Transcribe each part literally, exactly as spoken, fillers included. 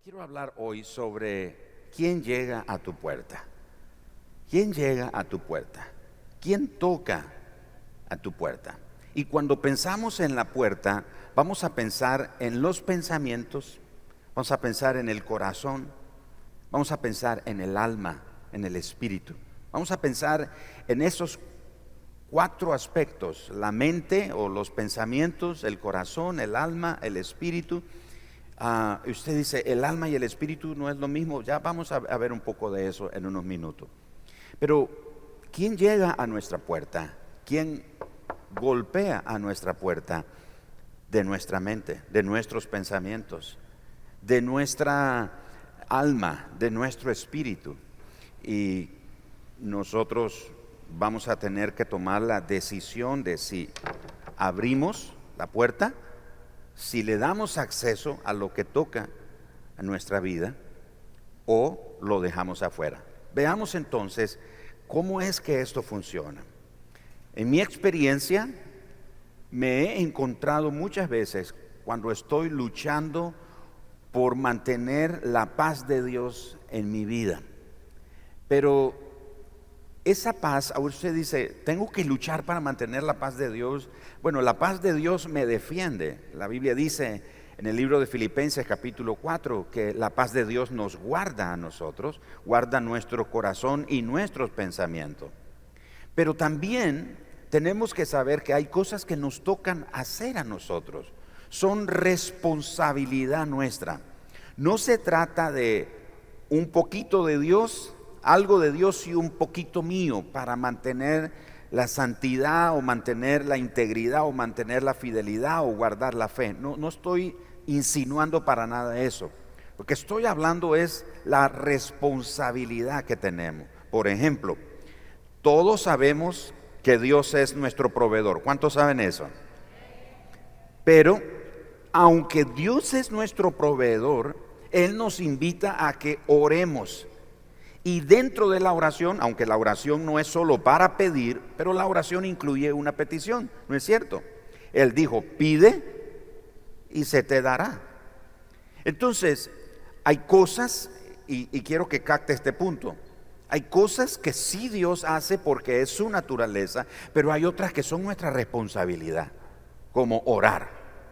Quiero hablar hoy sobre quién llega a tu puerta. ¿Quién llega a tu puerta? ¿Quién toca a tu puerta? Y cuando pensamos en la puerta, vamos a pensar en los pensamientos, vamos a pensar en el corazón, vamos a pensar en el alma, en el espíritu. Vamos a pensar en esos cuatro aspectos: la mente o los pensamientos, el corazón, el alma, el espíritu. Uh, usted dice, el alma y el espíritu no es lo mismo. Ya vamos a, a ver un poco de eso en unos minutos. Pero ¿quién llega a nuestra puerta? ¿Quién golpea a nuestra puerta? De nuestra mente, de nuestros pensamientos, de nuestra alma, de nuestro espíritu. Y nosotros vamos a tener que tomar la decisión de si abrimos la puerta, si le damos acceso a lo que toca a nuestra vida, o lo dejamos afuera. Veamos entonces cómo es que esto funciona. En mi experiencia, me he encontrado muchas veces cuando estoy luchando por mantener la paz de Dios en mi vida. Pero esa paz, ahora usted dice, tengo que luchar para mantener la paz de Dios. Bueno, la paz de Dios me defiende. La Biblia dice en el libro de Filipenses capítulo cuatro que la paz de Dios nos guarda a nosotros, guarda nuestro corazón y nuestros pensamientos. Pero también tenemos que saber que hay cosas que nos tocan hacer a nosotros. Son responsabilidad nuestra. No se trata de un poquito de Dios, algo de Dios y un poquito mío para mantener la santidad o mantener la integridad o mantener la fidelidad o guardar la fe. No, no estoy insinuando para nada eso. Lo que estoy hablando es la responsabilidad que tenemos. Por ejemplo, todos sabemos que Dios es nuestro proveedor. ¿Cuántos saben eso? Pero aunque Dios es nuestro proveedor, Él nos invita a que oremos. Y dentro de la oración, aunque la oración no es solo para pedir, pero la oración incluye una petición, ¿no es cierto? Él dijo, pide y se te dará. Entonces, hay cosas, y, y quiero que capte este punto, hay cosas que sí Dios hace porque es su naturaleza, pero hay otras que son nuestra responsabilidad, como orar.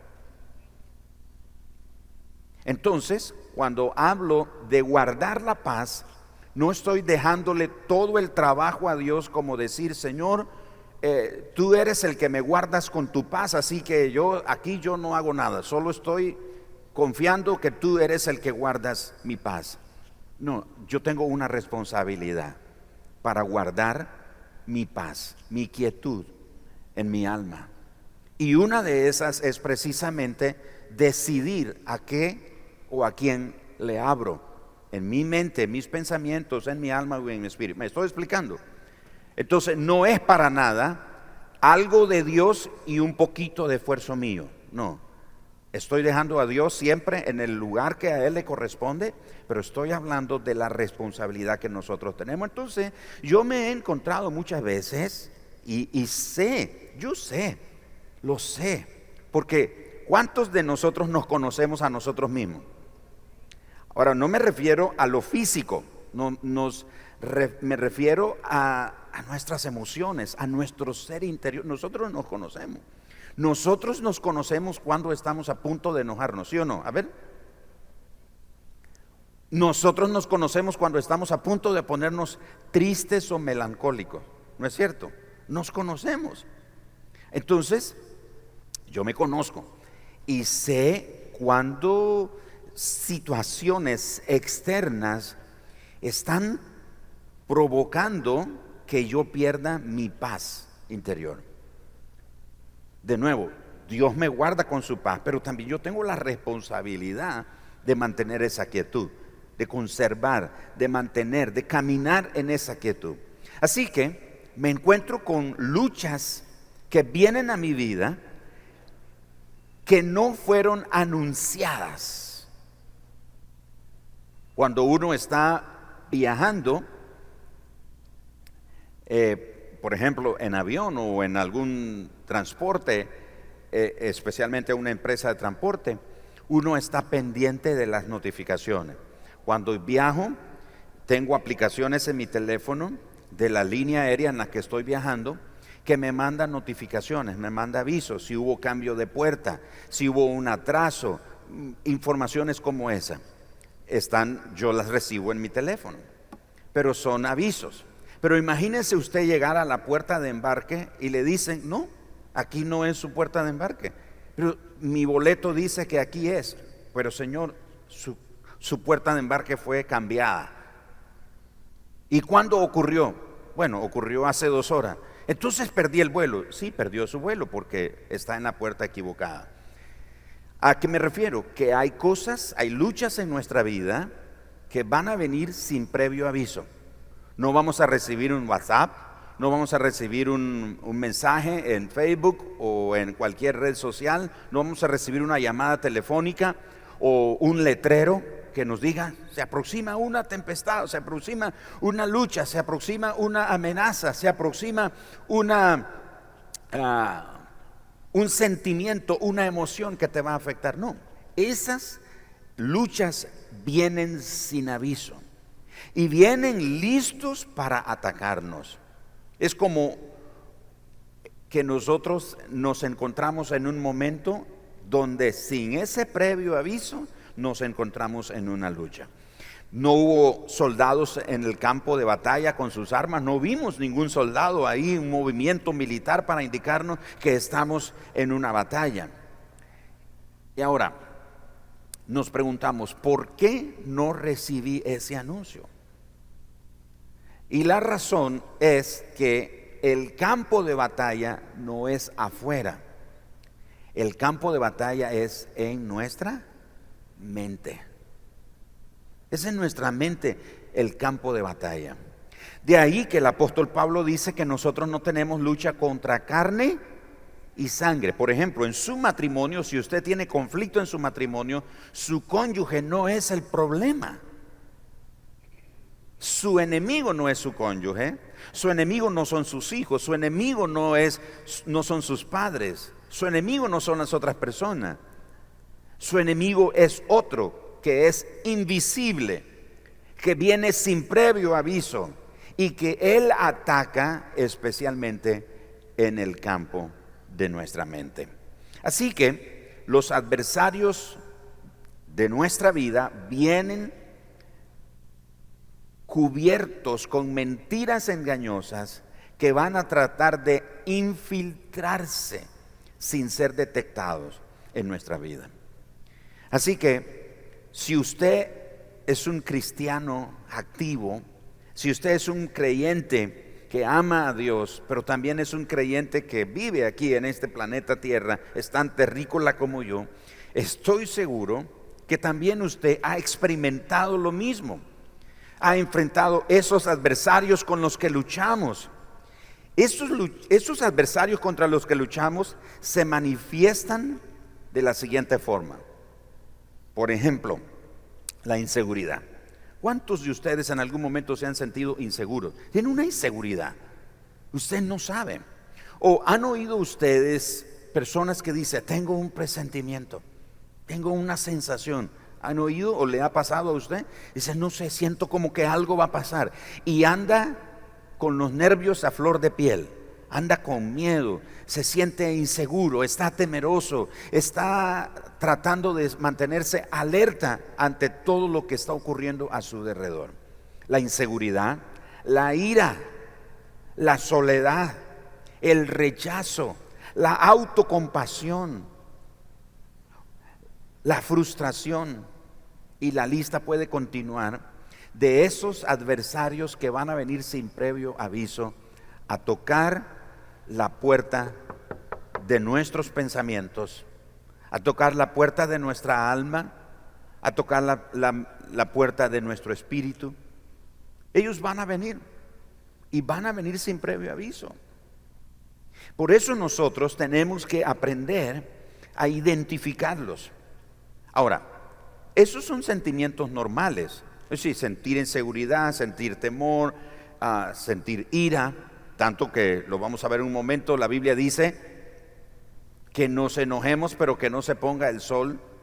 Entonces, cuando hablo de guardar la paz, no estoy dejándole todo el trabajo a Dios como decir, Señor, eh, tú eres el que me guardas con tu paz, así que yo aquí yo no hago nada, solo estoy confiando que tú eres el que guardas mi paz. No, yo tengo una responsabilidad para guardar mi paz, mi quietud en mi alma. Y una de esas es precisamente decidir a qué o a quién le abro. En mi mente, en mis pensamientos, en mi alma o en mi espíritu. ¿Me estoy explicando? Entonces no es para nada algo de Dios y un poquito de esfuerzo mío. No, estoy dejando a Dios siempre en el lugar que a Él le corresponde, pero estoy hablando de la responsabilidad que nosotros tenemos. Entonces yo me he encontrado muchas veces y, y sé, yo sé, lo sé, porque ¿cuántos de nosotros nos conocemos a nosotros mismos? Ahora, no me refiero a lo físico, no, nos, re, me refiero a, a nuestras emociones, a nuestro ser interior. Nosotros nos conocemos. Nosotros nos conocemos cuando estamos a punto de enojarnos, ¿sí o no? A ver. Nosotros nos conocemos cuando estamos a punto de ponernos tristes o melancólicos, ¿no es cierto? Nos conocemos. Entonces, yo me conozco y sé cuando situaciones externas están provocando que yo pierda mi paz interior. De nuevo, Dios me guarda con su paz, pero también yo tengo la responsabilidad de mantener esa quietud, de conservar, de mantener, de caminar en esa quietud. Así que me encuentro con luchas que vienen a mi vida que no fueron anunciadas. Cuando uno está viajando, eh, por ejemplo, en avión o en algún transporte, eh, especialmente una empresa de transporte, uno está pendiente de las notificaciones. Cuando viajo, tengo aplicaciones en mi teléfono de la línea aérea en la que estoy viajando que me mandan notificaciones, me manda avisos, si hubo cambio de puerta, si hubo un atraso, informaciones como esa. Están, yo las recibo en mi teléfono, pero son avisos. Pero imagínese usted llegar a la puerta de embarque y le dicen, no, aquí no es su puerta de embarque, pero mi boleto dice que aquí es, pero señor, su, su puerta de embarque fue cambiada. ¿Y cuándo ocurrió? Bueno, ocurrió hace dos horas. Entonces perdí el vuelo. Sí, perdió su vuelo porque está en la puerta equivocada. ¿A qué me refiero? Que hay cosas, hay luchas en nuestra vida que van a venir sin previo aviso. No vamos a recibir un WhatsApp, no vamos a recibir un, un mensaje en Facebook o en cualquier red social, no vamos a recibir una llamada telefónica o un letrero que nos diga, se aproxima una tempestad, se aproxima una lucha, se aproxima una amenaza, se aproxima una, uh, un sentimiento, una emoción que te va a afectar. No, esas luchas vienen sin aviso y vienen listos para atacarnos. Es como que nosotros nos encontramos en un momento donde sin ese previo aviso nos encontramos en una lucha. No hubo soldados en el campo de batalla con sus armas, no vimos ningún soldado ahí, un movimiento militar para indicarnos que estamos en una batalla. Y ahora nos preguntamos, ¿por qué no recibí ese anuncio? Y la razón es que el campo de batalla no es afuera, el campo de batalla es en nuestra mente. Es en nuestra mente el campo de batalla. De ahí que el apóstol Pablo dice que nosotros no tenemos lucha contra carne y sangre. Por ejemplo, en su matrimonio, si usted tiene conflicto en su matrimonio, su cónyuge no es el problema. Su enemigo no es su cónyuge, su enemigo no son sus hijos, su enemigo no es, no son sus padres, su enemigo no son las otras personas. Su enemigo es otro que es invisible, que viene sin previo aviso y que él ataca especialmente en el campo de nuestra mente. Así que los adversarios de nuestra vida vienen cubiertos con mentiras engañosas que van a tratar de infiltrarse sin ser detectados en nuestra vida. Así que si usted es un cristiano activo, si usted es un creyente que ama a Dios, pero también es un creyente que vive aquí en este planeta Tierra, es tan terrícola como yo, estoy seguro que también usted ha experimentado lo mismo. Ha enfrentado esos adversarios con los que luchamos. Esos, esos adversarios contra los que luchamos se manifiestan de la siguiente forma. Por ejemplo, la inseguridad. ¿Cuántos de ustedes en algún momento se han sentido inseguros? Tienen una inseguridad, usted no sabe. O han oído ustedes personas que dicen, tengo un presentimiento, tengo una sensación. ¿Han oído o le ha pasado a usted? Dice, no sé, siento como que algo va a pasar. Y anda con los nervios a flor de piel, anda con miedo, se siente inseguro, está temeroso, está tratando de mantenerse alerta ante todo lo que está ocurriendo a su alrededor. La inseguridad, la ira, la soledad, el rechazo, la autocompasión, la frustración, y la lista puede continuar de esos adversarios que van a venir sin previo aviso a tocar la puerta de nuestros pensamientos, a tocar la puerta de nuestra alma, a tocar la, la, la puerta de nuestro espíritu. Ellos van a venir y van a venir sin previo aviso. Por eso nosotros tenemos que aprender a identificarlos. Ahora, esos son sentimientos normales, es decir, sentir inseguridad, sentir temor, uh, sentir ira, tanto que lo vamos a ver en un momento. La Biblia dice que nos enojemos pero que no se ponga el sol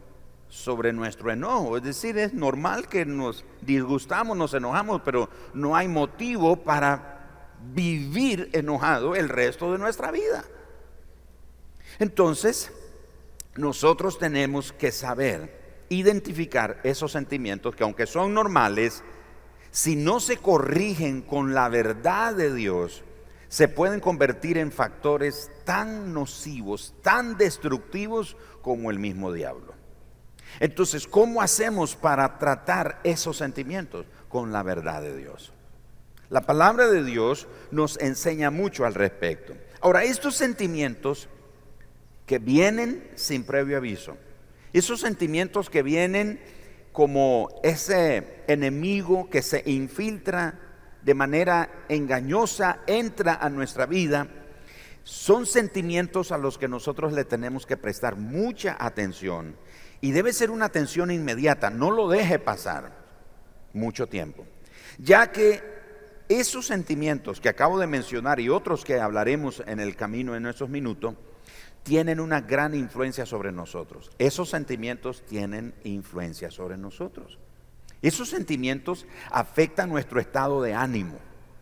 sobre nuestro enojo. Es decir, es normal que nos disgustamos, nos enojamos, pero no hay motivo para vivir enojado el resto de nuestra vida. Entonces, nosotros tenemos que saber identificar esos sentimientos que, aunque son normales, si no se corrigen con la verdad de Dios, se pueden convertir en factores tan nocivos, tan destructivos como el mismo diablo. Entonces, ¿cómo hacemos para tratar esos sentimientos? Con la verdad de Dios. La palabra de Dios nos enseña mucho al respecto. Ahora, estos sentimientos que vienen sin previo aviso, esos sentimientos que vienen como ese enemigo que se infiltra de manera engañosa, entra a nuestra vida, son sentimientos a los que nosotros le tenemos que prestar mucha atención, y debe ser una atención inmediata. No lo deje pasar mucho tiempo, ya que esos sentimientos que acabo de mencionar y otros que hablaremos en el camino en estos minutos tienen una gran influencia sobre nosotros. Esos sentimientos tienen influencia sobre nosotros. Esos sentimientos afectan nuestro estado de ánimo.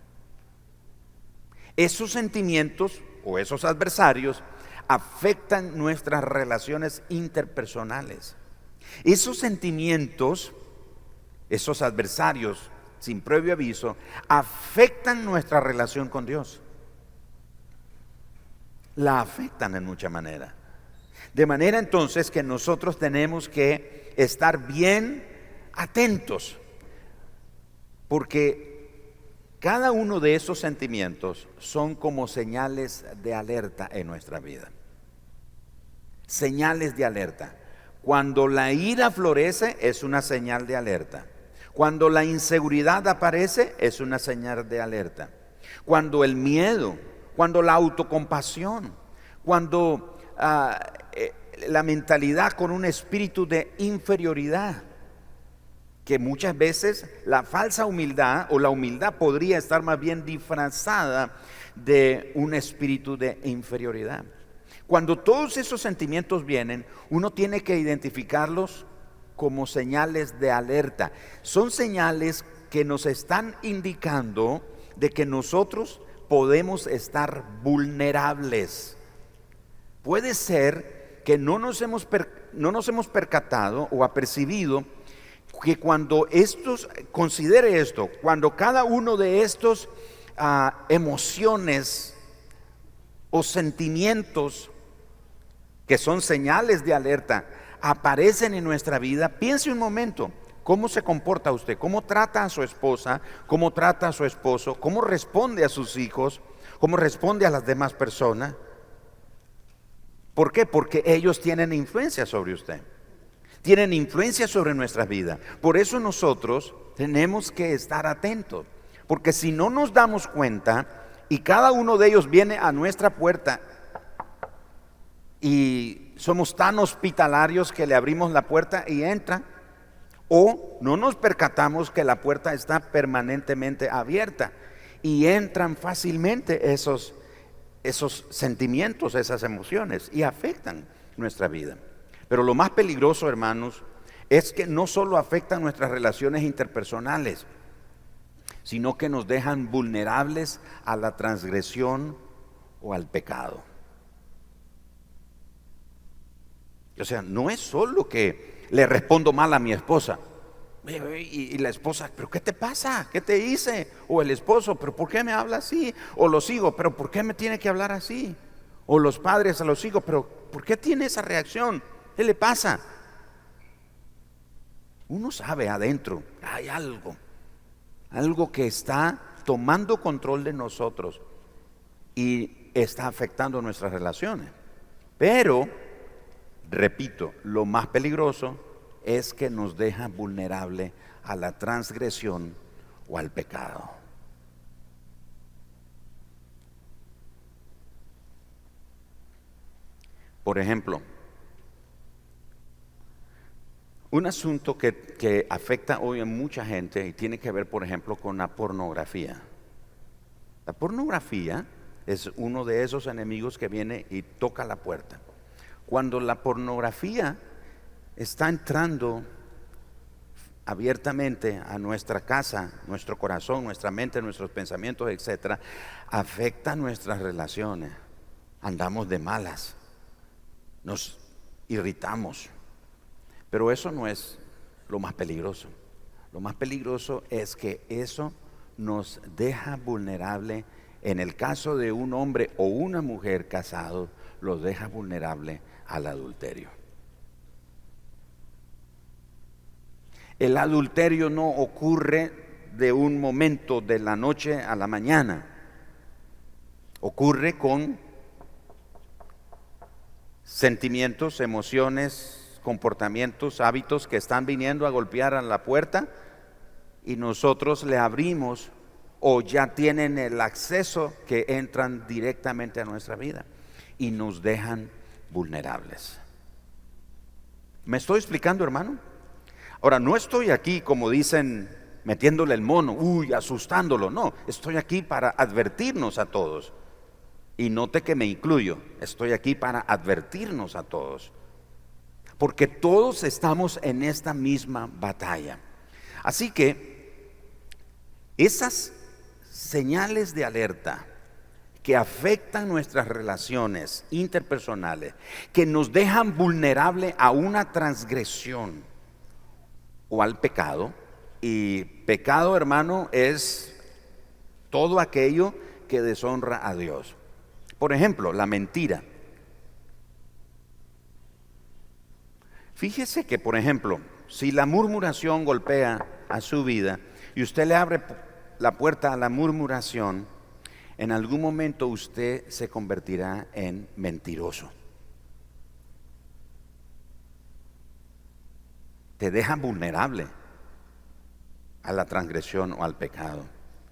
Esos sentimientos o esos adversarios afectan nuestras relaciones interpersonales. Esos sentimientos, esos adversarios sin previo aviso, afectan nuestra relación con Dios. La afectan en mucha manera. De manera entonces que nosotros tenemos que estar bien atentos, porque cada uno de esos sentimientos son como señales de alerta en nuestra vida. Señales de alerta. Cuando la ira florece es una señal de alerta. Cuando la inseguridad aparece es una señal de alerta. Cuando el miedo, cuando la autocompasión, cuando uh, eh, la mentalidad con un espíritu de inferioridad, que muchas veces la falsa humildad o la humildad podría estar más bien disfrazada de un espíritu de inferioridad. Cuando todos esos sentimientos vienen, uno tiene que identificarlos como señales de alerta. Son señales que nos están indicando de que nosotros podemos estar vulnerables. Puede ser que no nos hemos, per, no nos hemos percatado o apercibido que cuando estos, considere esto, cuando cada uno de estos uh, emociones o sentimientos que son señales de alerta aparecen en nuestra vida, piense un momento, ¿cómo se comporta usted? ¿Cómo trata a su esposa? ¿Cómo trata a su esposo? ¿Cómo responde a sus hijos? ¿Cómo responde a las demás personas? ¿Por qué? Porque ellos tienen influencia sobre usted. Tienen influencia sobre nuestra vida. Por eso nosotros tenemos que estar atentos, porque si no nos damos cuenta y cada uno de ellos viene a nuestra puerta y somos tan hospitalarios que le abrimos la puerta y entra, o no nos percatamos que la puerta está permanentemente abierta y entran fácilmente esos, esos sentimientos, esas emociones, y afectan nuestra vida. Pero lo más peligroso, hermanos, es que no solo afectan nuestras relaciones interpersonales, sino que nos dejan vulnerables a la transgresión o al pecado. O sea, no es solo que le respondo mal a mi esposa y, y la esposa, ¿pero qué te pasa? ¿Qué te hice? O el esposo, ¿pero por qué me habla así? O los hijos, ¿pero por qué me tiene que hablar así? O los padres a los hijos, ¿pero por qué tiene esa reacción? ¿Qué le pasa? Uno sabe adentro, hay algo, algo que está tomando control de nosotros y está afectando nuestras relaciones. Pero, repito, lo más peligroso es que nos deja vulnerable a la transgresión o al pecado. Por ejemplo, un asunto que, que afecta hoy a mucha gente y tiene que ver, por ejemplo, con la pornografía. La pornografía es uno de esos enemigos que viene y toca la puerta. Cuando la pornografía está entrando abiertamente a nuestra casa, nuestro corazón, nuestra mente, nuestros pensamientos, etcétera, afecta nuestras relaciones. Andamos de malas, nos irritamos, pero eso no es lo más peligroso. Lo más peligroso es que eso nos deja vulnerable. En el caso de un hombre o una mujer casado, los deja vulnerable al adulterio. El adulterio no ocurre de un momento de la noche a la mañana. Ocurre con sentimientos, emociones, comportamientos, hábitos que están viniendo a golpear a la puerta y nosotros le abrimos, o ya tienen el acceso, que entran directamente a nuestra vida y nos dejan vulnerables. ¿Me estoy explicando, hermano? Ahora, no estoy aquí, como dicen, metiéndole el mono, uy, asustándolo. No, estoy aquí para advertirnos a todos. Y note que me incluyo, estoy aquí para advertirnos a todos. Porque todos estamos en esta misma batalla. Así que esas señales de alerta que afectan nuestras relaciones interpersonales, que nos dejan vulnerable a una transgresión o al pecado. Y pecado, hermano, es todo aquello que deshonra a Dios. Por ejemplo, la mentira. Fíjese que, por ejemplo, si la murmuración golpea a su vida y usted le abre la puerta a la murmuración, en algún momento usted se convertirá en mentiroso. Te deja vulnerable a la transgresión o al pecado.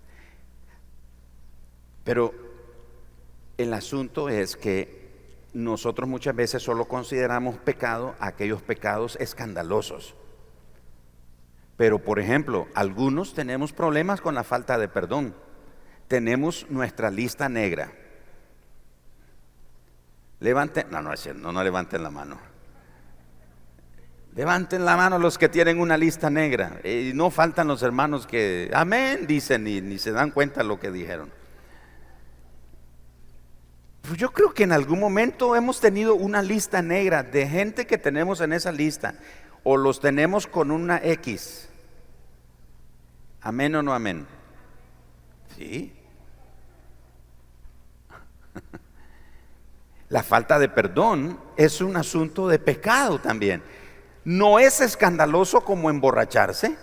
Pero el asunto es que nosotros muchas veces solo consideramos pecado aquellos pecados escandalosos. Pero, por ejemplo, algunos tenemos problemas con la falta de perdón. Tenemos nuestra lista negra. Levanten, no, no es cierto, no, no levanten la mano. Levanten la mano los que tienen una lista negra. Y no faltan los hermanos que, amén, dicen y ni se dan cuenta de lo que dijeron. Pues yo creo que en algún momento hemos tenido una lista negra de gente que tenemos en esa lista, o los tenemos con una X. ¿Amén o no amén? Sí. La falta de perdón es un asunto de pecado también. No es escandaloso como emborracharse,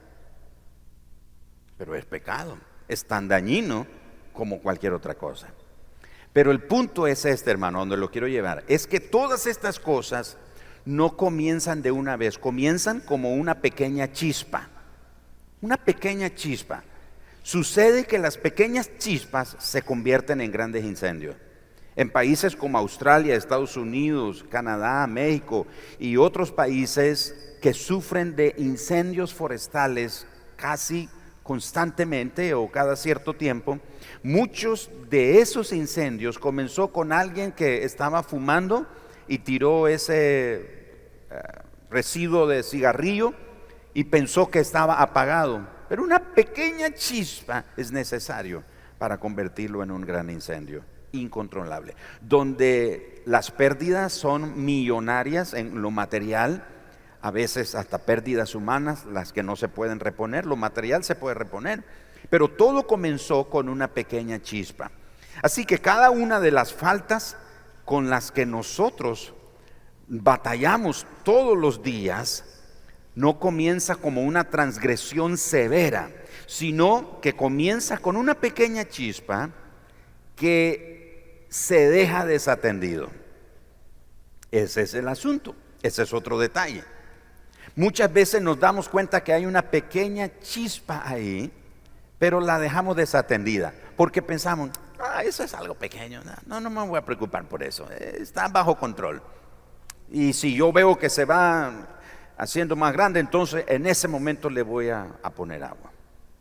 pero es pecado. Es tan dañino como cualquier otra cosa. Pero el punto es este, hermano, donde lo quiero llevar, es que todas estas cosas no comienzan de una vez, comienzan como una pequeña chispa. Una pequeña chispa. Sucede que las pequeñas chispas se convierten en grandes incendios. En países como Australia, Estados Unidos, Canadá, México y otros países que sufren de incendios forestales casi constantemente o cada cierto tiempo, muchos de esos incendios comenzó con alguien que estaba fumando y tiró ese uh, residuo de cigarrillo y pensó que estaba apagado. Pero una pequeña chispa es necesario para convertirlo en un gran incendio incontrolable, donde las pérdidas son millonarias en lo material, a veces hasta pérdidas humanas, las que no se pueden reponer. Lo material se puede reponer, pero todo comenzó con una pequeña chispa. Así que cada una de las faltas con las que nosotros batallamos todos los días no comienza como una transgresión severa, sino que comienza con una pequeña chispa que se deja desatendido. Ese es el asunto, ese es otro detalle. Muchas veces nos damos cuenta que hay una pequeña chispa ahí, pero la dejamos desatendida, porque pensamos, ah, eso es algo pequeño, no, no me voy a preocupar por eso, está bajo control. Y si yo veo que se va haciendo más grande, entonces en ese momento le voy a, a poner agua.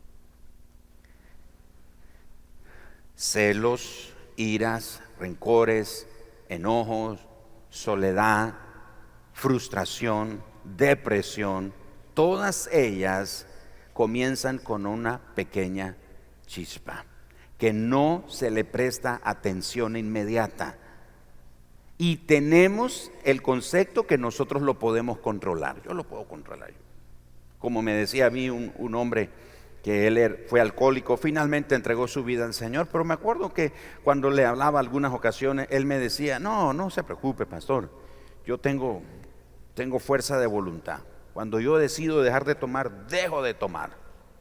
Celos, iras, rencores, enojos, soledad, frustración, depresión, todas ellas comienzan con una pequeña chispa que no se le presta atención inmediata. Y tenemos el concepto que nosotros lo podemos controlar. Yo lo puedo controlar. Como me decía a mí un, un hombre que él fue alcohólico, finalmente entregó su vida al Señor, pero me acuerdo que cuando le hablaba algunas ocasiones, él me decía, no, no se preocupe, pastor, yo tengo, tengo fuerza de voluntad. Cuando yo decido dejar de tomar, dejo de tomar.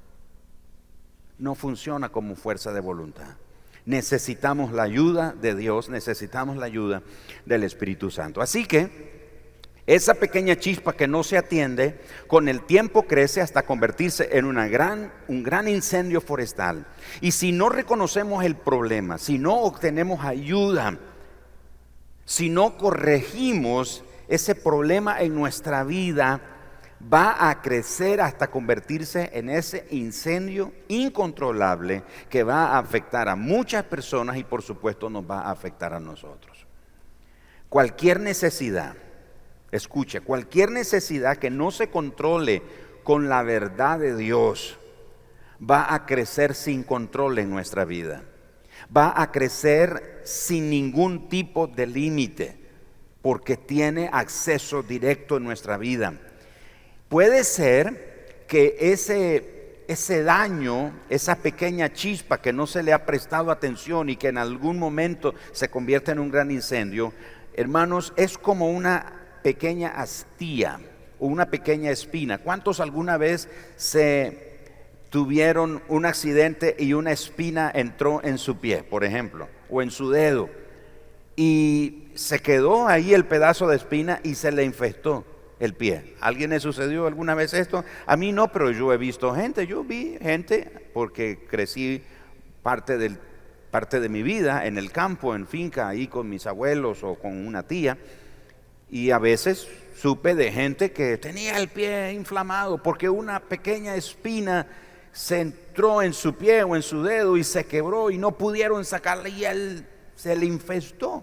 No funciona como fuerza de voluntad. Necesitamos la ayuda de Dios, necesitamos la ayuda del Espíritu Santo. Así que esa pequeña chispa que no se atiende, con el tiempo crece hasta convertirse en una gran, un gran incendio forestal. Y si no reconocemos el problema, si no obtenemos ayuda, si no corregimos ese problema en nuestra vida, va a crecer hasta convertirse en ese incendio incontrolable que va a afectar a muchas personas y por supuesto nos va a afectar a nosotros. Cualquier necesidad, escucha, cualquier necesidad que no se controle con la verdad de Dios va a crecer sin control en nuestra vida. Va a crecer sin ningún tipo de límite porque tiene acceso directo en nuestra vida. Puede ser que ese, ese daño, esa pequeña chispa que no se le ha prestado atención y que en algún momento se convierte en un gran incendio, hermanos, es como una pequeña astilla o una pequeña espina. ¿Cuántos alguna vez se tuvieron un accidente y una espina entró en su pie, por ejemplo, o en su dedo, y se quedó ahí el pedazo de espina y se le infectó el pie? ¿Alguien le sucedió alguna vez esto? A mí no, pero yo he visto gente, yo vi gente, porque crecí parte, del, parte de mi vida en el campo, en finca, ahí con mis abuelos o con una tía, y a veces supe de gente que tenía el pie inflamado porque una pequeña espina se entró en su pie o en su dedo y se quebró y no pudieron sacarla y él se le infestó.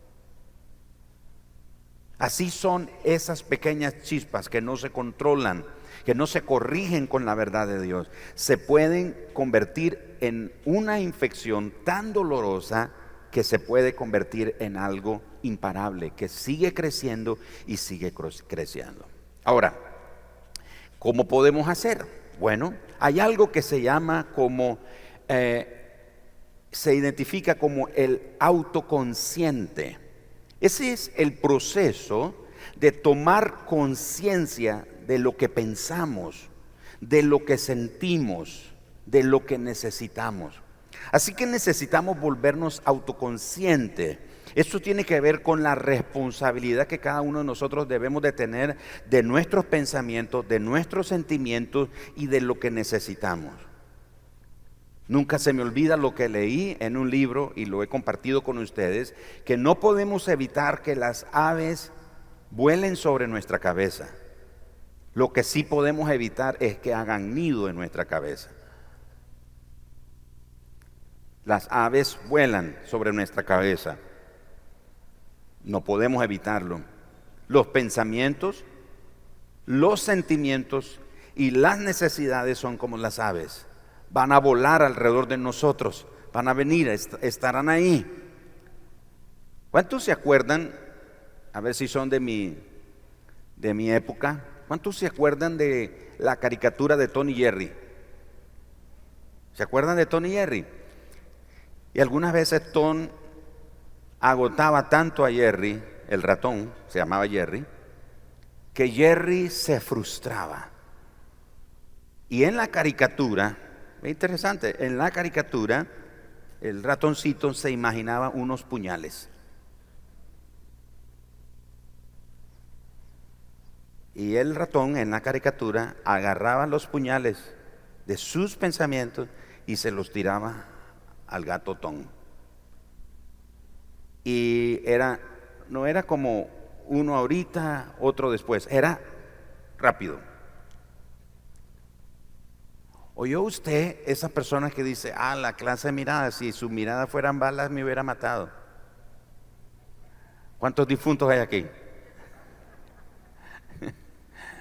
Así son esas pequeñas chispas que no se controlan, que no se corrigen con la verdad de Dios. Se pueden convertir en una infección tan dolorosa que se puede convertir en algo imparable, que sigue creciendo y sigue creciendo. Ahora, ¿cómo podemos hacer? Bueno, hay algo que se llama como, eh, se identifica como el autoconsciente. Ese es el proceso de tomar conciencia de lo que pensamos, de lo que sentimos, de lo que necesitamos. Así que necesitamos volvernos autoconscientes. Esto tiene que ver con la responsabilidad que cada uno de nosotros debemos de tener de nuestros pensamientos, de nuestros sentimientos y de lo que necesitamos. Nunca se me olvida lo que leí en un libro y lo he compartido con ustedes, que no podemos evitar que las aves vuelen sobre nuestra cabeza. Lo que sí podemos evitar es que hagan nido en nuestra cabeza. Las aves vuelan sobre nuestra cabeza. No podemos evitarlo. Los pensamientos, los sentimientos y las necesidades son como las aves. Van a volar alrededor de nosotros, van a venir, est- estarán ahí. ¿Cuántos se acuerdan? A ver si son de mi, de mi época. ¿Cuántos se acuerdan de la caricatura de Tom y Jerry? ¿Se acuerdan de Tom y Jerry? Y algunas veces Tom agotaba tanto a Jerry, el ratón, se llamaba Jerry, que Jerry se frustraba. Y en la caricatura, es interesante, en la caricatura el ratoncito se imaginaba unos puñales. Y el ratón en la caricatura agarraba los puñales de sus pensamientos y se los tiraba al gato Tom. Y era, no era como uno ahorita, otro después, era rápido. ¿Oyó usted esa persona que dice, ah, la clase de miradas, si su mirada fueran balas me hubiera matado? ¿Cuántos difuntos hay aquí?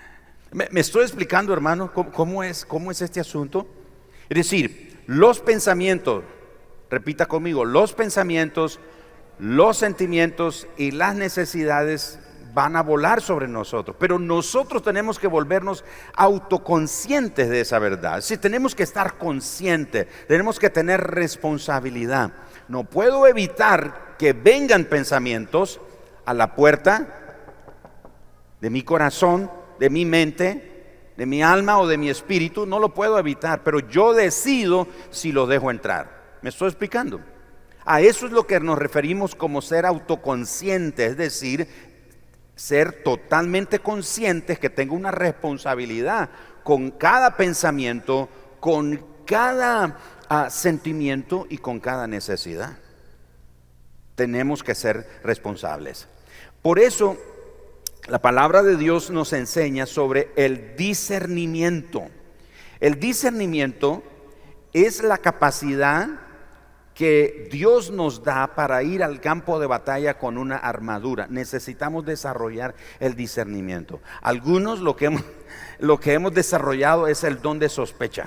¿Me, me estoy explicando, hermano, cómo, cómo es, cómo es este asunto? Es decir, los pensamientos, repita conmigo, los pensamientos, los sentimientos y las necesidades van a volar sobre nosotros, pero nosotros tenemos que volvernos autoconscientes de esa verdad. Si tenemos que estar conscientes, tenemos que tener responsabilidad. No puedo evitar que vengan pensamientos a la puerta de mi corazón, de mi mente, de mi alma o de mi espíritu. No lo puedo evitar, pero yo decido si lo dejo entrar. ¿Me estoy explicando? A eso es lo que nos referimos como ser autoconsciente, es decir, ser totalmente conscientes que tengo una responsabilidad con cada pensamiento, con cada uh, sentimiento y con cada necesidad. Tenemos que ser responsables. Por eso la palabra de Dios nos enseña sobre el discernimiento. El discernimiento es la capacidad que Dios nos da para ir al campo de batalla con una armadura. Necesitamos desarrollar el discernimiento. Algunos lo que hemos, lo que hemos desarrollado es el don de sospecha.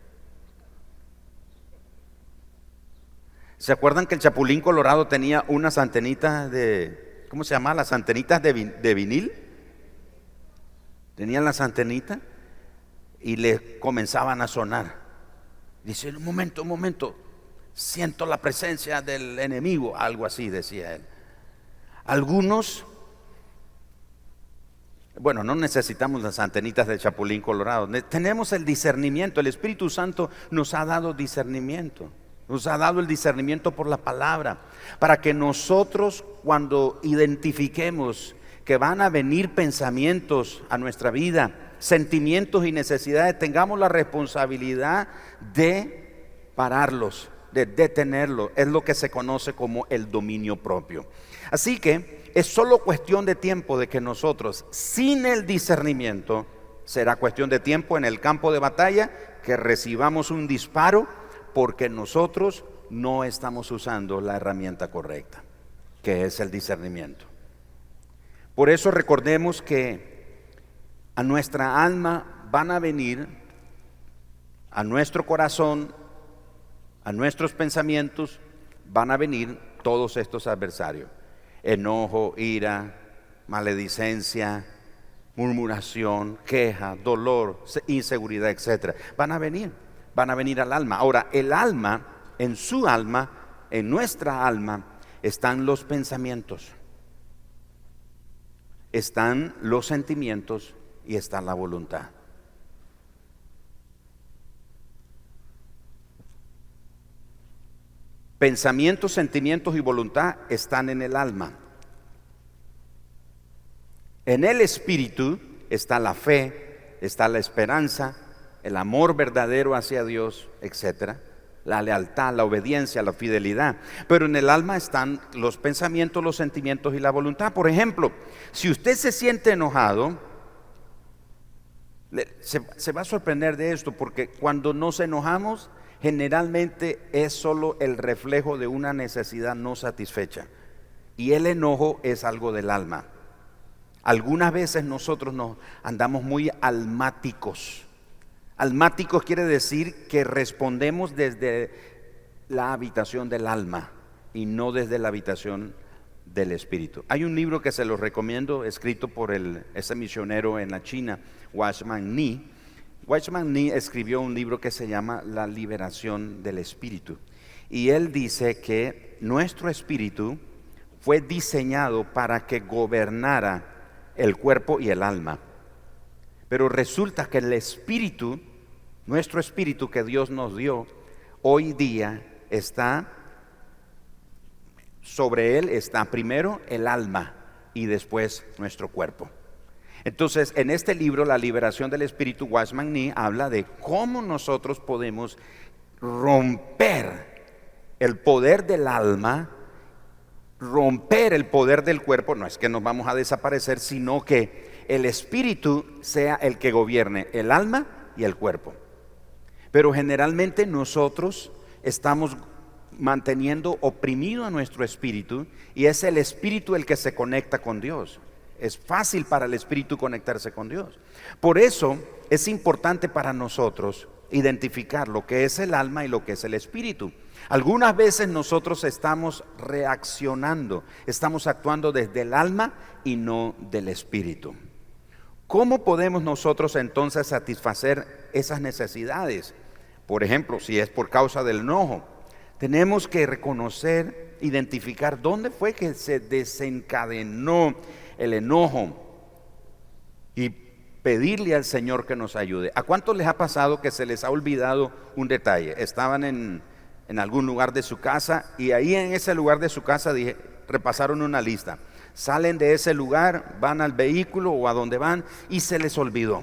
¿Se acuerdan que el Chapulín Colorado tenía unas antenitas de, ¿cómo se llama? Las antenitas de, de vinil. Tenían las antenitas y le comenzaban a sonar. Dice, un momento, un momento. Siento la presencia del enemigo, algo así decía él. Algunos, bueno, no necesitamos las antenitas del Chapulín Colorado, tenemos el discernimiento. El Espíritu Santo nos ha dado discernimiento, nos ha dado el discernimiento por la palabra, para que nosotros, cuando identifiquemos que van a venir pensamientos a nuestra vida, sentimientos y necesidades, tengamos la responsabilidad de pararlos, de detenerlo. Es lo que se conoce como el dominio propio. Así que es solo cuestión de tiempo de que nosotros, sin el discernimiento, será cuestión de tiempo en el campo de batalla que recibamos un disparo, porque nosotros no estamos usando la herramienta correcta, que es el discernimiento. Por eso recordemos que a nuestra alma van a venir, a nuestro corazón, a nuestros pensamientos van a venir todos estos adversarios: enojo, ira, maledicencia, murmuración, queja, dolor, inseguridad, etcétera. Van a venir, van a venir al alma. Ahora, el alma, en su alma, en nuestra alma, están los pensamientos, están los sentimientos y está la voluntad. Pensamientos, sentimientos y voluntad están en el alma. En el espíritu está la fe, está la esperanza, el amor verdadero hacia Dios, etcétera, la lealtad, la obediencia, la fidelidad. Pero en el alma están los pensamientos, los sentimientos y la voluntad. Por ejemplo, si usted se siente enojado, se, se va a sorprender de esto, porque cuando nos enojamos, generalmente es solo el reflejo de una necesidad no satisfecha, y el enojo es algo del alma. Algunas veces nosotros nos andamos muy almáticos. Almáticos quiere decir que respondemos desde la habitación del alma y no desde la habitación del espíritu. Hay un libro que se los recomiendo, escrito por el, ese misionero en la China, Watchman Nee. Watchman Nee escribió un libro que se llama La liberación del espíritu, y él dice que nuestro espíritu fue diseñado para que gobernara el cuerpo y el alma, pero resulta que el espíritu, nuestro espíritu que Dios nos dio, hoy día está, sobre él está primero el alma y después nuestro cuerpo. Entonces, en este libro, La liberación del espíritu, Watchman Nee habla de cómo nosotros podemos romper el poder del alma, romper el poder del cuerpo. No es que nos vamos a desaparecer, sino que el espíritu sea el que gobierne el alma y el cuerpo. Pero generalmente nosotros estamos manteniendo oprimido a nuestro espíritu, y es el espíritu el que se conecta con Dios. Es fácil para el espíritu conectarse con Dios. Por eso es importante para nosotros identificar lo que es el alma y lo que es el espíritu. Algunas veces nosotros estamos reaccionando, estamos actuando desde el alma y no del espíritu. ¿Cómo podemos nosotros entonces satisfacer esas necesidades? Por ejemplo, si es por causa del enojo, tenemos que reconocer, identificar dónde fue que se desencadenó el enojo y pedirle al Señor que nos ayude. ¿A cuántos les ha pasado que se les ha olvidado un detalle? Estaban en, en algún lugar de su casa y ahí en ese lugar de su casa dije, repasaron una lista. Salen de ese lugar, van al vehículo o a donde van y se les olvidó.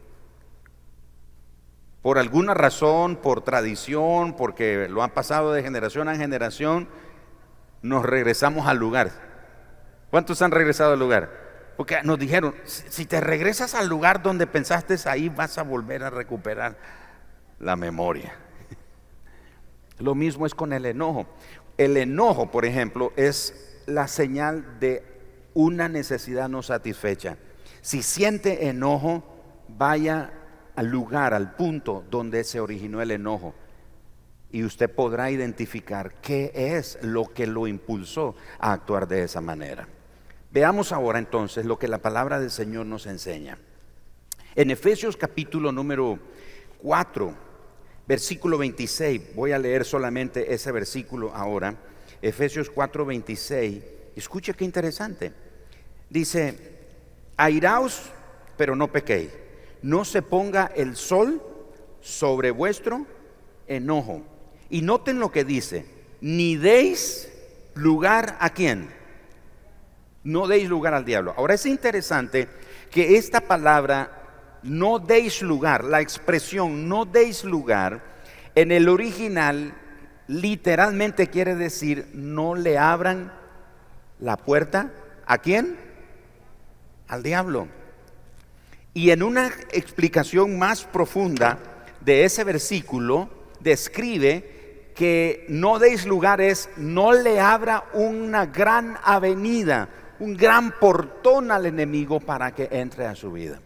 Por alguna razón, por tradición, porque lo han pasado de generación a generación, nos regresamos al lugar. ¿Cuántos han regresado al lugar? Porque nos dijeron, si te regresas al lugar donde pensaste, ahí vas a volver a recuperar la memoria. Lo mismo es con el enojo. El enojo, por ejemplo, es la señal de una necesidad no satisfecha. Si siente enojo, vaya al lugar, al punto donde se originó el enojo, y usted podrá identificar qué es lo que lo impulsó a actuar de esa manera. Veamos ahora entonces lo que la palabra del Señor nos enseña. En Efesios capítulo número cuatro, versículo veintiséis, voy a leer solamente ese versículo ahora. Efesios cuatro veintiséis, escuche qué interesante. Dice, airaos, pero no pequéis. No se ponga el sol sobre vuestro enojo. Y noten lo que dice, ni deis lugar a quién. No deis lugar al diablo. Ahora es interesante que esta palabra, no deis lugar, la expresión no deis lugar, en el original literalmente quiere decir no le abran la puerta. ¿A quién? Al diablo. Y en una explicación más profunda de ese versículo, describe que no deis lugar es no le abra una gran avenida, un gran portón al enemigo para que entre a su vida.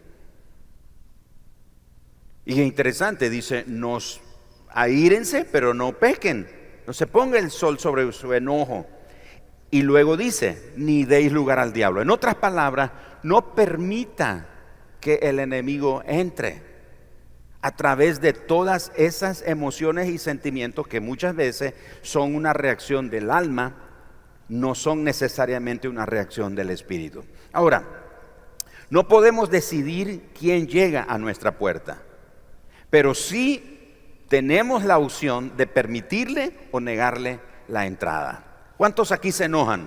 Y es interesante, dice, nos aírense, pero no pequen, no se ponga el sol sobre su enojo. Y luego dice, ni deis lugar al diablo. En otras palabras, no permita que el enemigo entre a través de todas esas emociones y sentimientos que muchas veces son una reacción del alma, no son necesariamente una reacción del espíritu. Ahora, no podemos decidir quién llega a nuestra puerta, pero sí tenemos la opción de permitirle o negarle la entrada. ¿Cuántos aquí se enojan?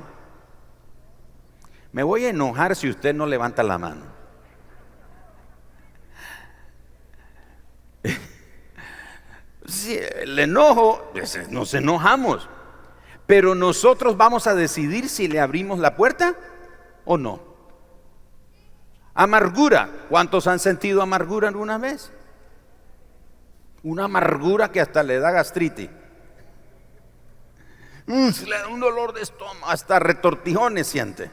Me voy a enojar si usted no levanta la mano. Si el enojo, nos enojamos, pero nosotros vamos a decidir si le abrimos la puerta o no. Amargura, ¿cuántos han sentido amargura alguna vez? Una amargura que hasta le da gastritis. Mm, le da un dolor de estómago, hasta retortijones siente.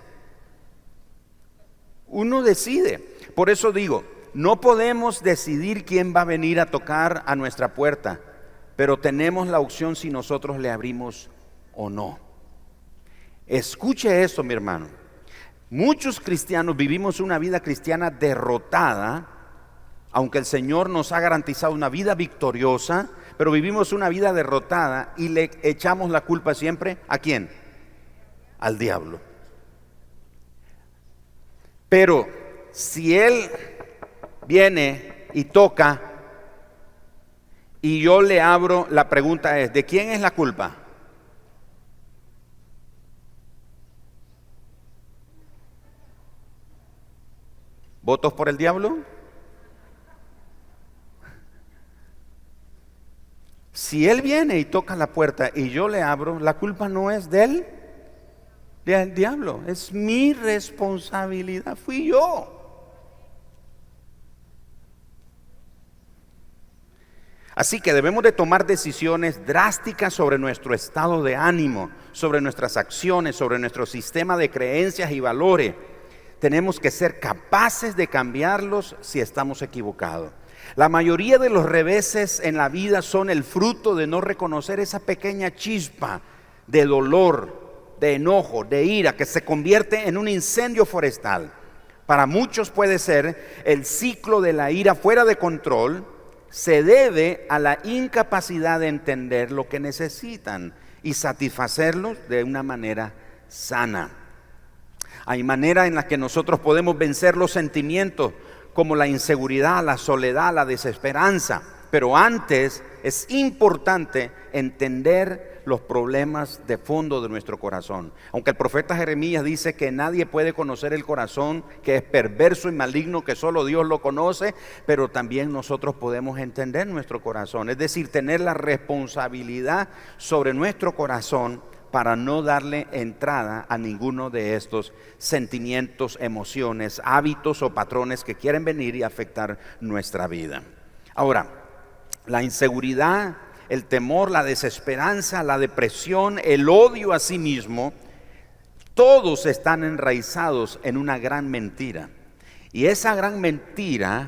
Uno decide. Por eso digo, no podemos decidir quién va a venir a tocar a nuestra puerta, pero tenemos la opción si nosotros le abrimos o no. Escuche esto, mi hermano. Muchos cristianos vivimos una vida cristiana derrotada, aunque el Señor nos ha garantizado una vida victoriosa, pero vivimos una vida derrotada y le echamos la culpa siempre ¿a quién? Al diablo. Pero si Él viene y toca y yo le abro, la pregunta es, ¿de quién es la culpa? ¿Votos por el diablo? Si Él viene y toca la puerta y yo le abro, la culpa no es de él, del diablo, es mi responsabilidad, fui yo. Así que debemos de tomar decisiones drásticas sobre nuestro estado de ánimo, sobre nuestras acciones, sobre nuestro sistema de creencias y valores. tenemos que ser capaces de cambiarlos si estamos equivocados. La mayoría de los reveses en la vida son el fruto de no reconocer esa pequeña chispa de dolor, de enojo, de ira, que se convierte en un incendio forestal. Para muchos puede ser el ciclo de la ira fuera de control, se debe a la incapacidad de entender lo que necesitan y satisfacerlos de una manera sana. Hay manera en la que nosotros podemos vencer los sentimientos como la inseguridad, la soledad, la desesperanza, pero antes es importante entender los problemas de fondo de nuestro corazón. Aunque el profeta Jeremías dice que nadie puede conocer el corazón, que es perverso y maligno, que solo Dios lo conoce, pero también nosotros podemos entender nuestro corazón, es decir, tener la responsabilidad sobre nuestro corazón para no darle entrada a ninguno de estos sentimientos, emociones, hábitos o patrones que quieren venir y afectar nuestra vida. Ahora, la inseguridad, el temor, la desesperanza, la depresión, el odio a sí mismo, todos están enraizados en una gran mentira. Y esa gran mentira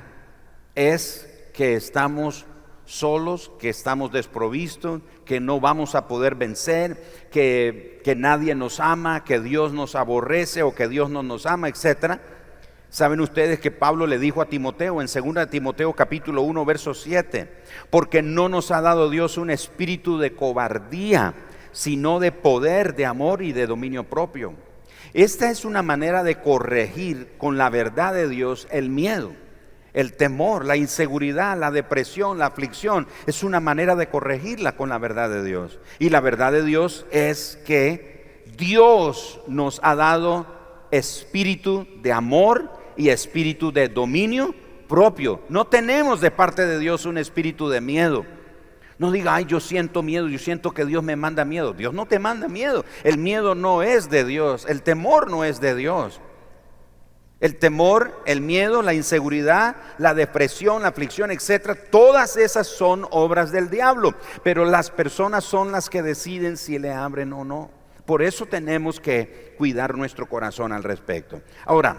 es que estamos solos, que estamos desprovistos, que no vamos a poder vencer, que, que nadie nos ama, que Dios nos aborrece o que Dios no nos ama, etcétera. Saben ustedes que Pablo le dijo a Timoteo en segunda de Timoteo capítulo uno verso siete, porque no nos ha dado Dios un espíritu de cobardía, sino de poder, de amor y de dominio propio. Esta es una manera de corregir con la verdad de Dios el miedo, el temor, la inseguridad, la depresión, la aflicción. Es una manera de corregirla con la verdad de Dios. Y la verdad de Dios es que Dios nos ha dado espíritu de amor y espíritu de dominio propio. No tenemos de parte de Dios un espíritu de miedo. No diga, ay, yo siento miedo, yo siento que Dios me manda miedo. Dios no te manda miedo. El miedo no es de Dios, el temor no es de Dios. El temor, el miedo, la inseguridad, la depresión, la aflicción, etcétera, todas esas son obras del diablo, pero las personas son las que deciden si le abren o no. Por eso tenemos que cuidar nuestro corazón al respecto. Ahora,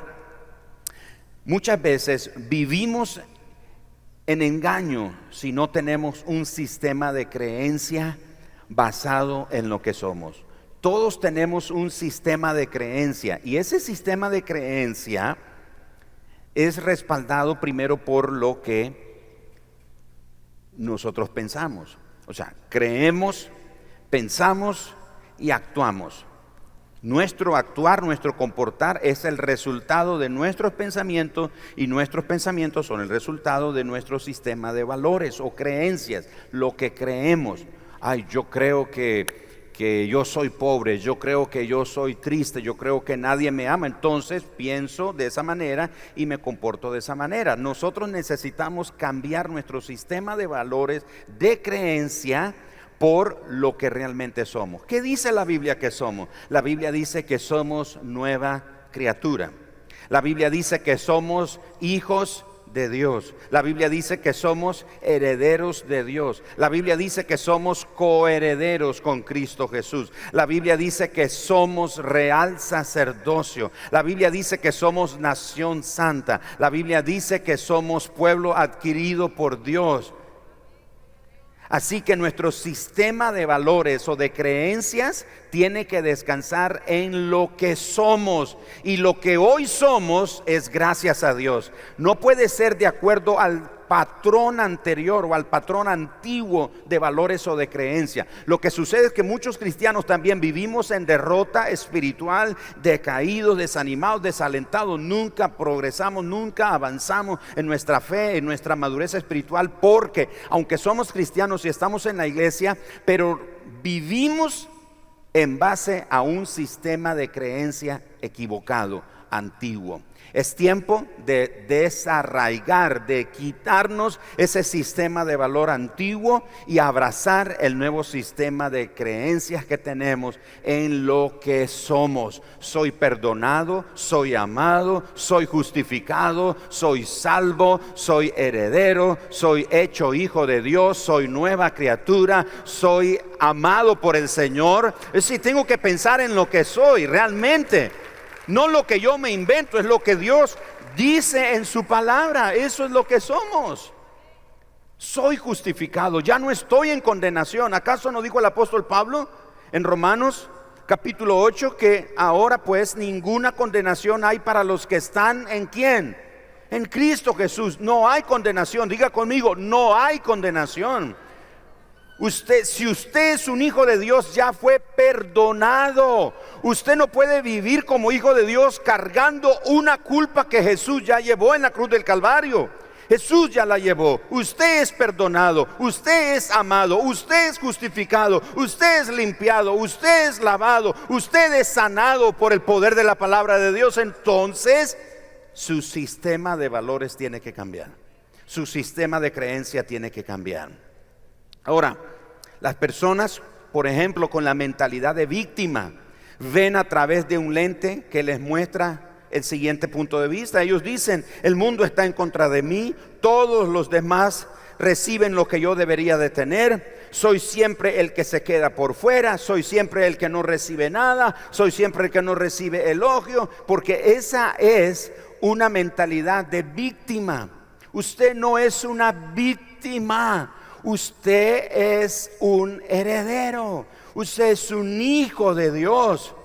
muchas veces vivimos en engaño si no tenemos un sistema de creencia basado en lo que somos. Todos tenemos un sistema de creencia y ese sistema de creencia es respaldado primero por lo que nosotros pensamos. O sea, creemos, pensamos y actuamos. Nuestro actuar, nuestro comportar es el resultado de nuestros pensamientos y nuestros pensamientos son el resultado de nuestro sistema de valores o creencias, lo que creemos. Ay, yo creo que, que yo soy pobre, yo creo que yo soy triste, yo creo que nadie me ama, entonces pienso de esa manera y me comporto de esa manera. Nosotros necesitamos cambiar nuestro sistema de valores, de creencia, por lo que realmente somos. ¿Qué dice la Biblia que somos? La Biblia dice que somos nueva criatura. La Biblia dice que somos hijos de Dios. La Biblia dice que somos herederos de Dios. La Biblia dice que somos coherederos con Cristo Jesús. La Biblia dice que somos real sacerdocio. La Biblia dice que somos nación santa. La Biblia dice que somos pueblo adquirido por Dios. Así que nuestro sistema de valores o de creencias tiene que descansar en lo que somos. Y lo que hoy somos es gracias a Dios. No puede ser de acuerdo al patrón anterior o al patrón antiguo de valores o de creencia. Lo que sucede es que muchos cristianos también vivimos en derrota espiritual, decaídos, desanimados, desalentados. Nunca progresamos, nunca avanzamos en nuestra fe, en nuestra madurez espiritual, porque aunque somos cristianos y estamos en la iglesia, pero vivimos en base a un sistema de creencia equivocado, antiguo. Es tiempo de desarraigar, de quitarnos ese sistema de valor antiguo y abrazar el nuevo sistema de creencias que tenemos en lo que somos. Soy perdonado, soy amado, soy justificado, soy salvo, soy heredero, soy hecho hijo de Dios, soy nueva criatura, soy amado por el Señor. Es decir, tengo que pensar en lo que soy realmente. No lo que yo me invento, es lo que Dios dice en su palabra. Eso es lo que somos. Soy justificado, ya no estoy en condenación. ¿Acaso no dijo el apóstol Pablo en Romanos capítulo ocho que ahora pues ninguna condenación hay para los que están en quién? En Cristo Jesús. No hay condenación. Diga conmigo, no hay condenación. Usted, si usted es un hijo de Dios, ya fue perdonado. Usted no puede vivir como hijo de Dios cargando una culpa que Jesús ya llevó en la cruz del Calvario. Jesús ya la llevó. Usted es perdonado, usted es amado, usted es justificado, usted es limpiado, usted es lavado, usted es sanado por el poder de la palabra de Dios. Entonces su sistema de valores tiene que cambiar. Su sistema de creencia tiene que cambiar. Ahora, las personas, por ejemplo, con la mentalidad de víctima, ven a través de un lente que les muestra el siguiente punto de vista. Ellos dicen: el mundo está en contra de mí, todos los demás reciben lo que yo debería de tener, soy siempre el que se queda por fuera, soy siempre el que no recibe nada, soy siempre el que no recibe elogio, porque esa es una mentalidad de víctima. Usted no es una víctima, usted es un heredero, usted es un hijo de Dios.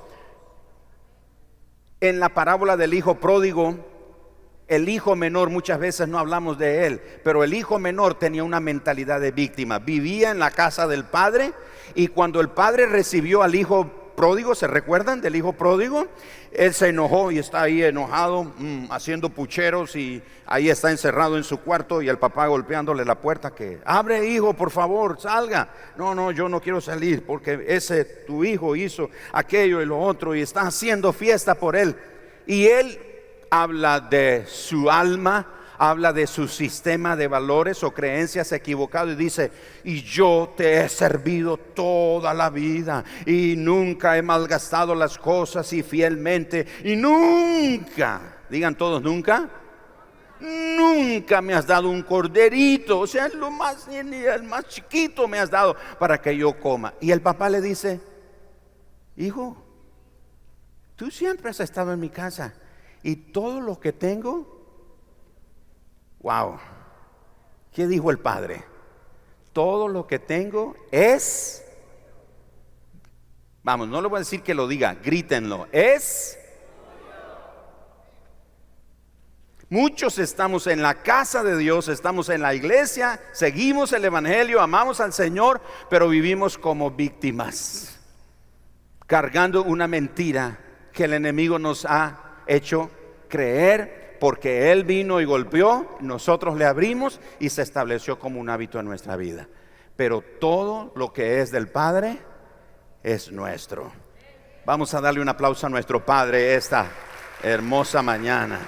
En la parábola del hijo pródigo, el hijo menor, muchas veces no hablamos de él, pero el hijo menor tenía una mentalidad de víctima. Vivía en la casa del padre, y cuando el padre recibió al hijo pródigo, ¿se recuerdan del hijo pródigo? Él se enojó y está ahí enojado, mmm, haciendo pucheros, y ahí está encerrado en su cuarto, y el papá golpeándole la puerta, que abre, hijo, por favor, salga. No, no, yo no quiero salir porque ese tu hijo hizo aquello y lo otro y está haciendo fiesta por él. Y él habla de su alma, habla de su sistema de valores o creencias equivocado, y dice: y yo te he servido toda la vida y nunca he malgastado las cosas, y fielmente, y nunca, digan todos, nunca, nunca me has dado un corderito, o sea, lo más, el más chiquito me has dado para que yo coma. Y el papá le dice: hijo, tú siempre has estado en mi casa y todo lo que tengo. Wow, ¿qué dijo el padre? Todo lo que tengo es, vamos, no le voy a decir que lo diga, grítenlo, es. Muchos estamos en la casa de Dios, estamos en la iglesia, seguimos el evangelio, amamos al Señor, pero vivimos como víctimas, cargando una mentira que el enemigo nos ha hecho creer. Porque Él vino y golpeó, nosotros le abrimos y se estableció como un hábito en nuestra vida. Pero todo lo que es del Padre es nuestro. Vamos a darle un aplauso a nuestro Padre esta hermosa mañana.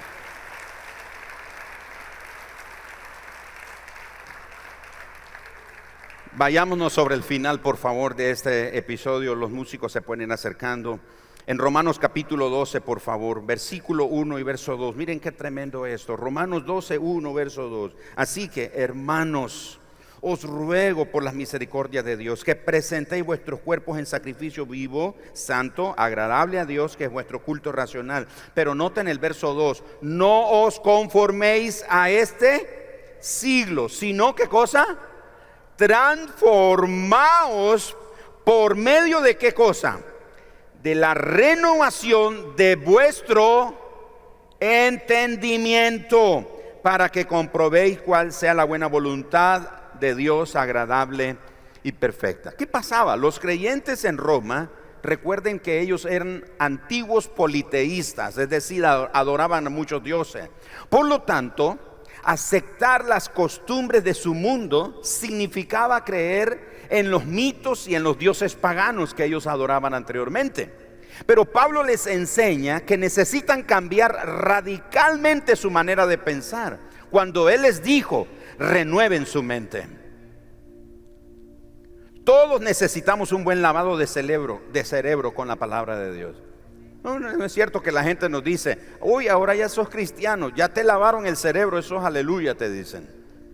Vayámonos sobre el final, por favor, de este episodio. Los músicos se pueden acercando. En Romanos capítulo doce, por favor, versículo uno y verso dos. Miren qué tremendo esto. Romanos doce, uno, verso dos. Así que, hermanos, os ruego por las misericordias de Dios que presentéis vuestros cuerpos en sacrificio vivo, santo, agradable a Dios, que es vuestro culto racional. Pero noten el verso dos: no os conforméis a este siglo, sino, ¿qué cosa? Transformaos por medio de ¿qué cosa? De la renovación de vuestro entendimiento, para que comprobéis cuál sea la buena voluntad de Dios, agradable y perfecta. ¿Qué pasaba? Los creyentes en Roma, recuerden que ellos eran antiguos politeístas, es decir, adoraban a muchos dioses. Por lo tanto, aceptar las costumbres de su mundo significaba creer en los mitos y en los dioses paganos que ellos adoraban anteriormente. Pero Pablo les enseña que necesitan cambiar radicalmente su manera de pensar, cuando él les dijo: renueven su mente. Todos necesitamos un buen lavado de cerebro, de cerebro con la palabra de Dios. No, no es cierto que la gente nos dice: uy, ahora ya sos cristiano, ya te lavaron el cerebro, eso es aleluya, te dicen.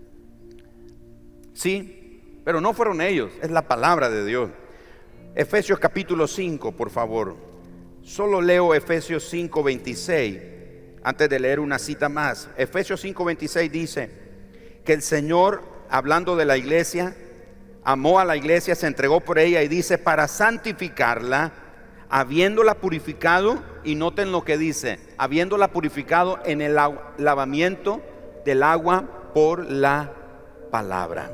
Sí, pero no fueron ellos, es la palabra de Dios. Efesios capítulo cinco, por favor. Solo leo Efesios cinco veintiséis antes de leer una cita más. Efesios cinco veintiséis dice que el Señor, hablando de la iglesia, amó a la iglesia, se entregó por ella, y dice, para santificarla, habiéndola purificado, y noten lo que dice, habiéndola purificado en el lavamiento del agua por la palabra.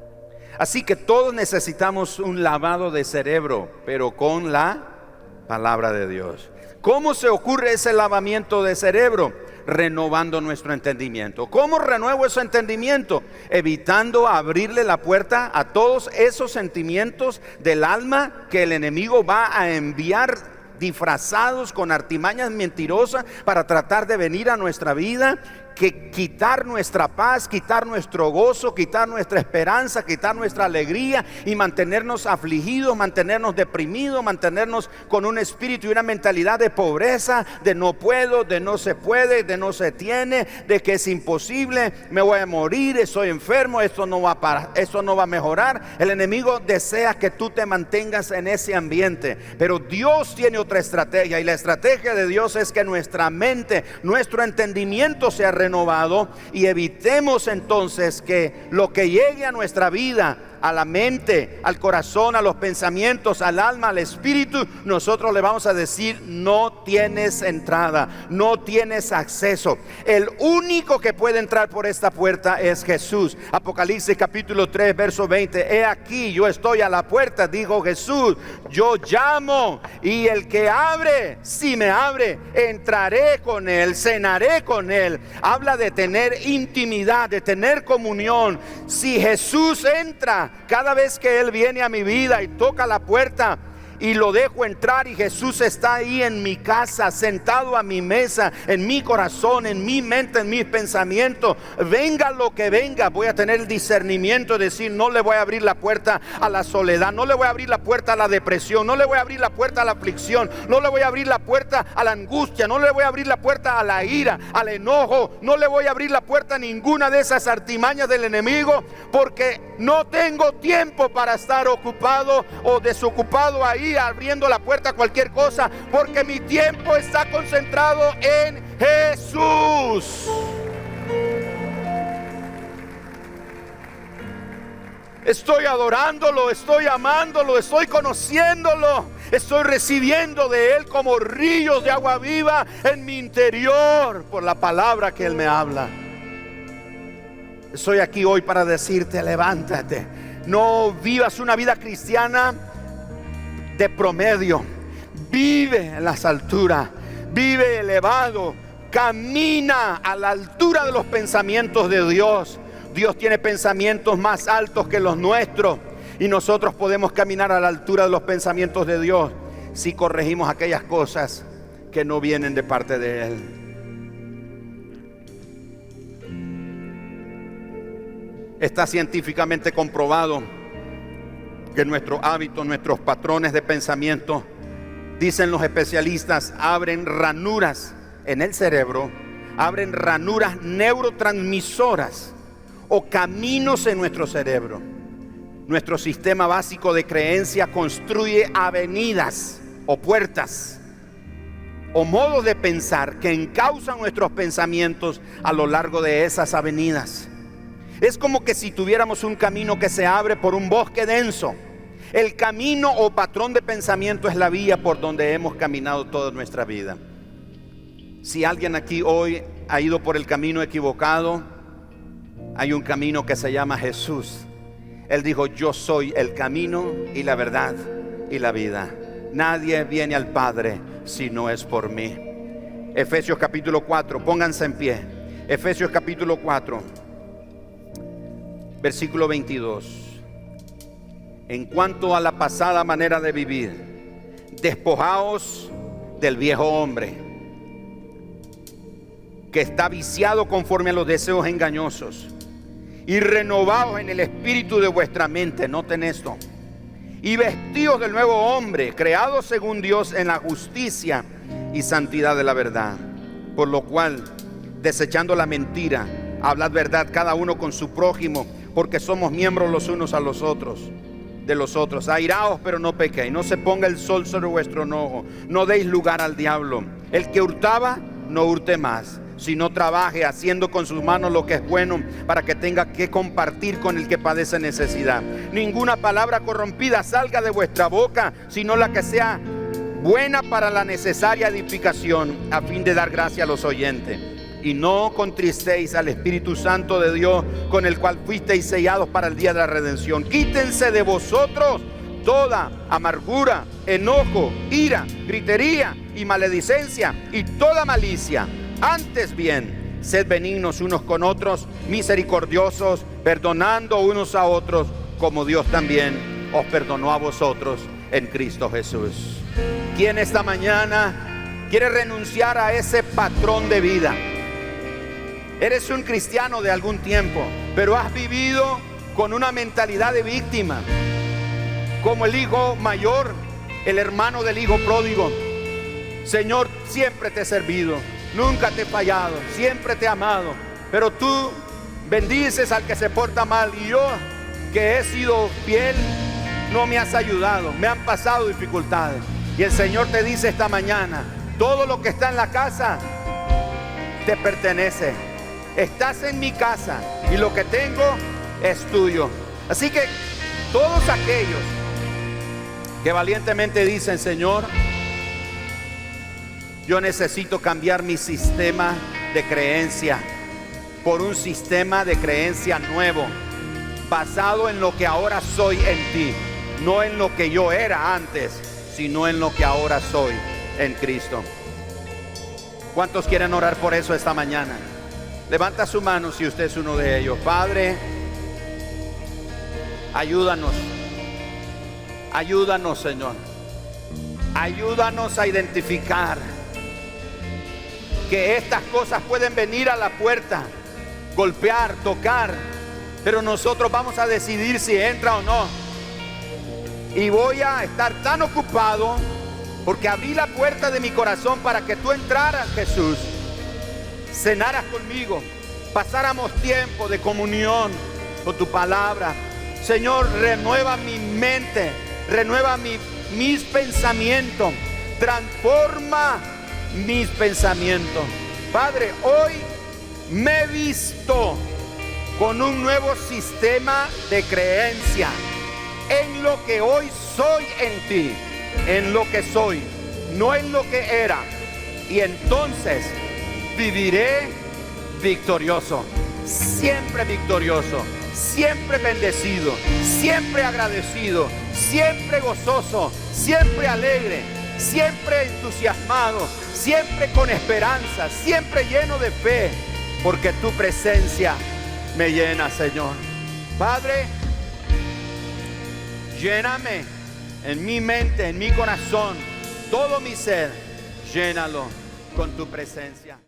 Así que todos necesitamos un lavado de cerebro, pero con la palabra de Dios. ¿Cómo se ocurre ese lavamiento de cerebro? Renovando nuestro entendimiento. ¿Cómo renuevo ese entendimiento? Evitando abrirle la puerta a todos esos sentimientos del alma que el enemigo va a enviar disfrazados con artimañas mentirosas para tratar de venir a nuestra vida, que quitar nuestra paz, quitar nuestro gozo, quitar nuestra esperanza, quitar nuestra alegría y mantenernos afligidos, mantenernos deprimidos, mantenernos con un espíritu y una mentalidad de pobreza, de no puedo, de no se puede, de no se tiene, de que es imposible, me voy a morir, estoy enfermo, esto no va a parar, esto no va a mejorar. El enemigo desea que tú te mantengas en ese ambiente, pero Dios tiene otra estrategia, y la estrategia de Dios es que nuestra mente, nuestro entendimiento sea renovado, y evitemos entonces que lo que llegue a nuestra vida, a la mente, al corazón, a los pensamientos, al alma, al espíritu, nosotros le vamos a decir: no tienes entrada, no tienes acceso. El único que puede entrar por esta puerta es Jesús. Apocalipsis capítulo tres verso veinte: he aquí, yo estoy a la puerta, dijo Jesús, yo llamo, y el que abre, si me abre, entraré con él, cenaré con él. Habla de tener intimidad, de tener comunión. Si Jesús entra, cada vez que Él viene a mi vida y toca la puerta y lo dejo entrar, y Jesús está ahí en mi casa, sentado a mi mesa, en mi corazón, en mi mente, en mis pensamientos, venga lo que venga, voy a tener el discernimiento de decir: no le voy a abrir la puerta a la soledad, no le voy a abrir la puerta a la depresión, no le voy a abrir la puerta a la aflicción, no le voy a abrir la puerta a la angustia, no le voy a abrir la puerta a la ira, al enojo, no le voy a abrir la puerta a ninguna de esas artimañas del enemigo, porque no tengo tiempo para estar ocupado o desocupado ahí abriendo la puerta a cualquier cosa, porque mi tiempo está concentrado en Jesús. Estoy adorándolo, estoy amándolo, estoy conociéndolo, estoy recibiendo de Él como ríos de agua viva en mi interior por la palabra que Él me habla. Estoy aquí hoy para decirte: levántate, no vivas una vida cristiana de promedio, vive en las alturas, vive elevado, camina a la altura de los pensamientos de Dios. Dios tiene pensamientos más altos que los nuestros, y nosotros podemos caminar a la altura de los pensamientos de Dios si corregimos aquellas cosas que no vienen de parte de Él. Está científicamente comprobado que nuestros hábitos, nuestros patrones de pensamiento, dicen los especialistas, abren ranuras en el cerebro, abren ranuras neurotransmisoras o caminos en nuestro cerebro. Nuestro sistema básico de creencia construye avenidas o puertas o modos de pensar que encausan nuestros pensamientos a lo largo de esas avenidas. Es como que si tuviéramos un camino que se abre por un bosque denso. El camino o patrón de pensamiento es la vía por donde hemos caminado toda nuestra vida. Si alguien aquí hoy ha ido por el camino equivocado, hay un camino que se llama Jesús. Él dijo: yo soy el camino y la verdad y la vida. Nadie viene al Padre si no es por mí. Efesios capítulo cuatro, pónganse en pie. Efesios capítulo cuatro, versículo veintidós. En cuanto a la pasada manera de vivir, despojaos del viejo hombre, que está viciado conforme a los deseos engañosos, y renovaos en el espíritu de vuestra mente. Noten esto: y vestidos del nuevo hombre, creado según Dios en la justicia y santidad de la verdad. Por lo cual, desechando la mentira, hablad verdad cada uno con su prójimo, porque somos miembros los unos a los otros. de los otros. Airaos, pero no pequéis. No se ponga el sol sobre vuestro enojo. No deis lugar al diablo. El que hurtaba, no hurte más, sino trabaje haciendo con sus manos lo que es bueno, para que tenga que compartir con el que padece necesidad. Ninguna palabra corrompida salga de vuestra boca, sino la que sea buena para la necesaria edificación, a fin de dar gracia a los oyentes. Y no contristéis al Espíritu Santo de Dios, con el cual fuisteis sellados para el día de la redención. Quítense de vosotros toda amargura, enojo, ira, gritería y maledicencia y toda malicia. Antes bien, sed benignos unos con otros, misericordiosos, perdonando unos a otros, como Dios también os perdonó a vosotros en Cristo Jesús. ¿Quién esta mañana quiere renunciar a ese patrón de vida? Eres un cristiano de algún tiempo, pero has vivido con una mentalidad de víctima, como el hijo mayor, el hermano del hijo pródigo. Señor, siempre te he servido, nunca te he fallado, siempre te he amado, pero tú bendices al que se porta mal, y yo, que he sido fiel, no me has ayudado, me han pasado dificultades. Y el Señor te dice esta mañana: todo lo que está en la casa te pertenece. Estás en mi casa y lo que tengo es tuyo. Así que todos aquellos que valientemente dicen: Señor, yo necesito cambiar mi sistema de creencia por un sistema de creencia nuevo, basado en lo que ahora soy en ti, no en lo que yo era antes, sino en lo que ahora soy en Cristo. ¿Cuántos quieren orar por eso esta mañana? Levanta su mano si usted es uno de ellos. Padre, ayúdanos, ayúdanos, Señor, ayúdanos a identificar que estas cosas pueden venir a la puerta, golpear, tocar, pero nosotros vamos a decidir si entra o no. Y voy a estar tan ocupado porque abrí la puerta de mi corazón para que tú entraras, Jesús, cenaras conmigo, pasáramos tiempo de comunión con tu palabra. Señor, renueva mi mente, renueva mi, mis pensamientos, transforma mis pensamientos. Padre, hoy me he visto con un nuevo sistema de creencia en lo que hoy soy en ti, en lo que soy, no en lo que era. Y entonces viviré victorioso, siempre victorioso, siempre bendecido, siempre agradecido, siempre gozoso, siempre alegre, siempre entusiasmado, siempre con esperanza, siempre lleno de fe, porque tu presencia me llena, Señor. Padre, lléname en mi mente, en mi corazón, todo mi ser, llénalo con tu presencia.